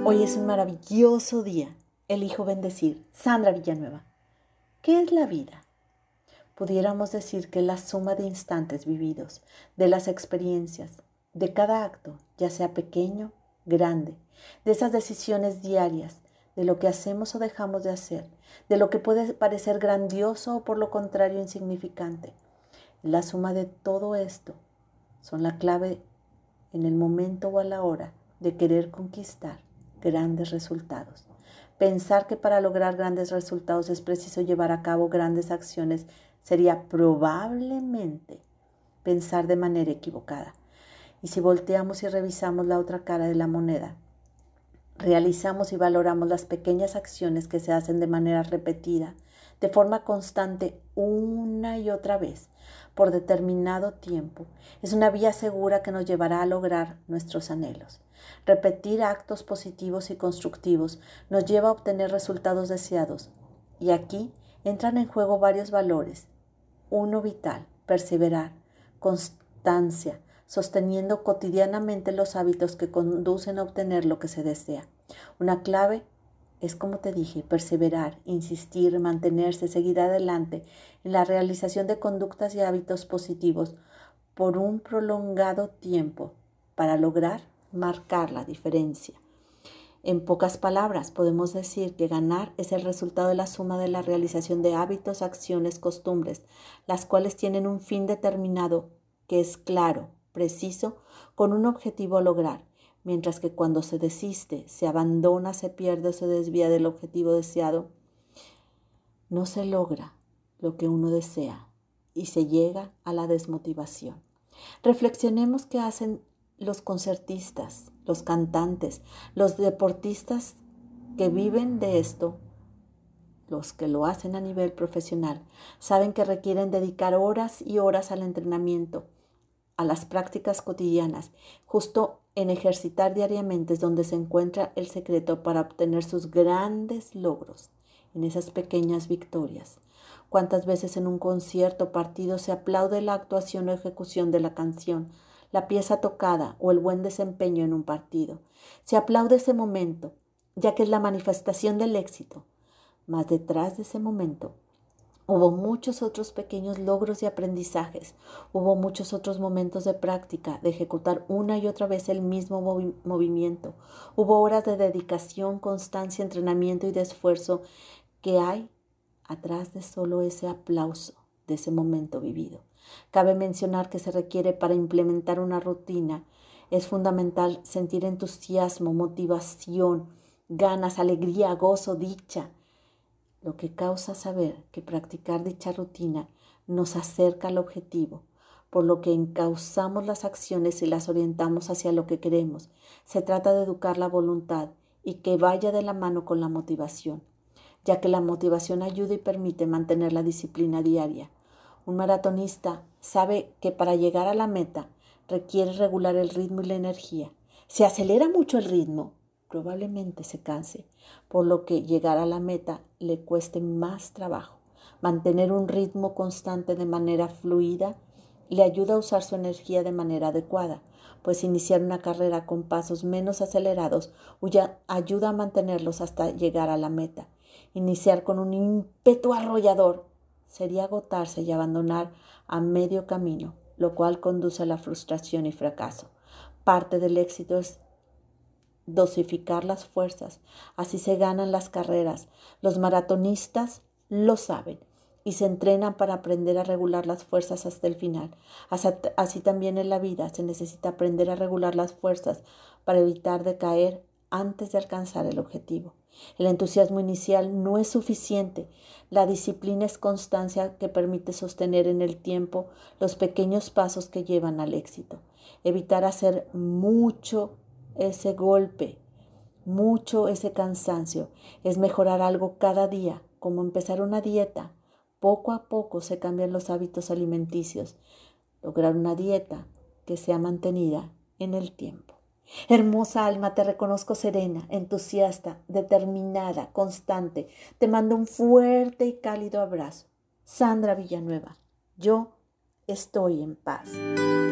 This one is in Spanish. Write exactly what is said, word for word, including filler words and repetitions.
Hoy es un maravilloso día. Elijo bendecir. Sandra Villanueva. ¿Qué es la vida? Pudiéramos decir que es la suma de instantes vividos, de las experiencias, de cada acto, ya sea pequeño, grande, de esas decisiones diarias, de lo que hacemos o dejamos de hacer, de lo que puede parecer grandioso o por lo contrario insignificante. La suma de todo esto son la clave en el momento o a la hora de querer conquistar grandes resultados. Pensar que para lograr grandes resultados es preciso llevar a cabo grandes acciones sería probablemente pensar de manera equivocada. Y si volteamos y revisamos la otra cara de la moneda, realizamos y valoramos las pequeñas acciones que se hacen de manera repetida, de forma constante, una y otra vez, por determinado tiempo, es una vía segura que nos llevará a lograr nuestros anhelos. Repetir actos positivos y constructivos nos lleva a obtener resultados deseados. Y aquí entran en juego varios valores. Uno vital, perseverar, constancia, sosteniendo cotidianamente los hábitos que conducen a obtener lo que se desea. Una clave es, como te dije, perseverar, insistir, mantenerse, seguir adelante en la realización de conductas y hábitos positivos por un prolongado tiempo para lograr marcar la diferencia. En pocas palabras, podemos decir que ganar es el resultado de la suma de la realización de hábitos, acciones, costumbres, las cuales tienen un fin determinado que es claro, preciso, con un objetivo a lograr, mientras que cuando se desiste, se abandona, se pierde o se desvía del objetivo deseado, no se logra lo que uno desea y se llega a la desmotivación. Reflexionemos qué hacen los concertistas, los cantantes, los deportistas que viven de esto. Los que lo hacen a nivel profesional saben que requieren dedicar horas y horas al entrenamiento, a las prácticas cotidianas. Justo en ejercitar diariamente es donde se encuentra el secreto para obtener sus grandes logros, en esas pequeñas victorias. ¿Cuántas veces en un concierto o partido se aplaude la actuación o ejecución de la canción, la pieza tocada o el buen desempeño en un partido? Se aplaude ese momento, ya que es la manifestación del éxito. Mas detrás de ese momento hubo muchos otros pequeños logros y aprendizajes. Hubo muchos otros momentos de práctica, de ejecutar una y otra vez el mismo movi- movimiento. Hubo horas de dedicación, constancia, entrenamiento y de esfuerzo que hay atrás de solo ese aplauso de ese momento vivido. Cabe mencionar que se requiere para implementar una rutina. Es fundamental sentir entusiasmo, motivación, ganas, alegría, gozo, dicha, lo que causa saber que practicar dicha rutina nos acerca al objetivo, por lo que encauzamos las acciones y las orientamos hacia lo que queremos. Se trata de educar la voluntad y que vaya de la mano con la motivación, ya que la motivación ayuda y permite mantener la disciplina diaria. Un maratonista sabe que para llegar a la meta requiere regular el ritmo y la energía. Si acelera mucho el ritmo, probablemente se canse, por lo que llegar a la meta le cueste más trabajo. Mantener un ritmo constante de manera fluida le ayuda a usar su energía de manera adecuada, pues iniciar una carrera con pasos menos acelerados ayuda a mantenerlos hasta llegar a la meta. Iniciar con un ímpetu arrollador sería agotarse y abandonar a medio camino, lo cual conduce a la frustración y fracaso. Parte del éxito es dosificar las fuerzas. Así se ganan las carreras. Los maratonistas lo saben y se entrenan para aprender a regular las fuerzas hasta el final. Así también en la vida se necesita aprender a regular las fuerzas para evitar de caer antes de alcanzar el objetivo. El entusiasmo inicial no es suficiente. La disciplina es constancia que permite sostener en el tiempo los pequeños pasos que llevan al éxito. Evitar hacer mucho ese golpe, mucho ese cansancio, es mejorar algo cada día, como empezar una dieta. Poco a poco se cambian los hábitos alimenticios. Lograr una dieta que sea mantenida en el tiempo. Hermosa alma, te reconozco serena, entusiasta, determinada, constante. Te mando un fuerte y cálido abrazo. Sandra Villanueva, yo estoy en paz.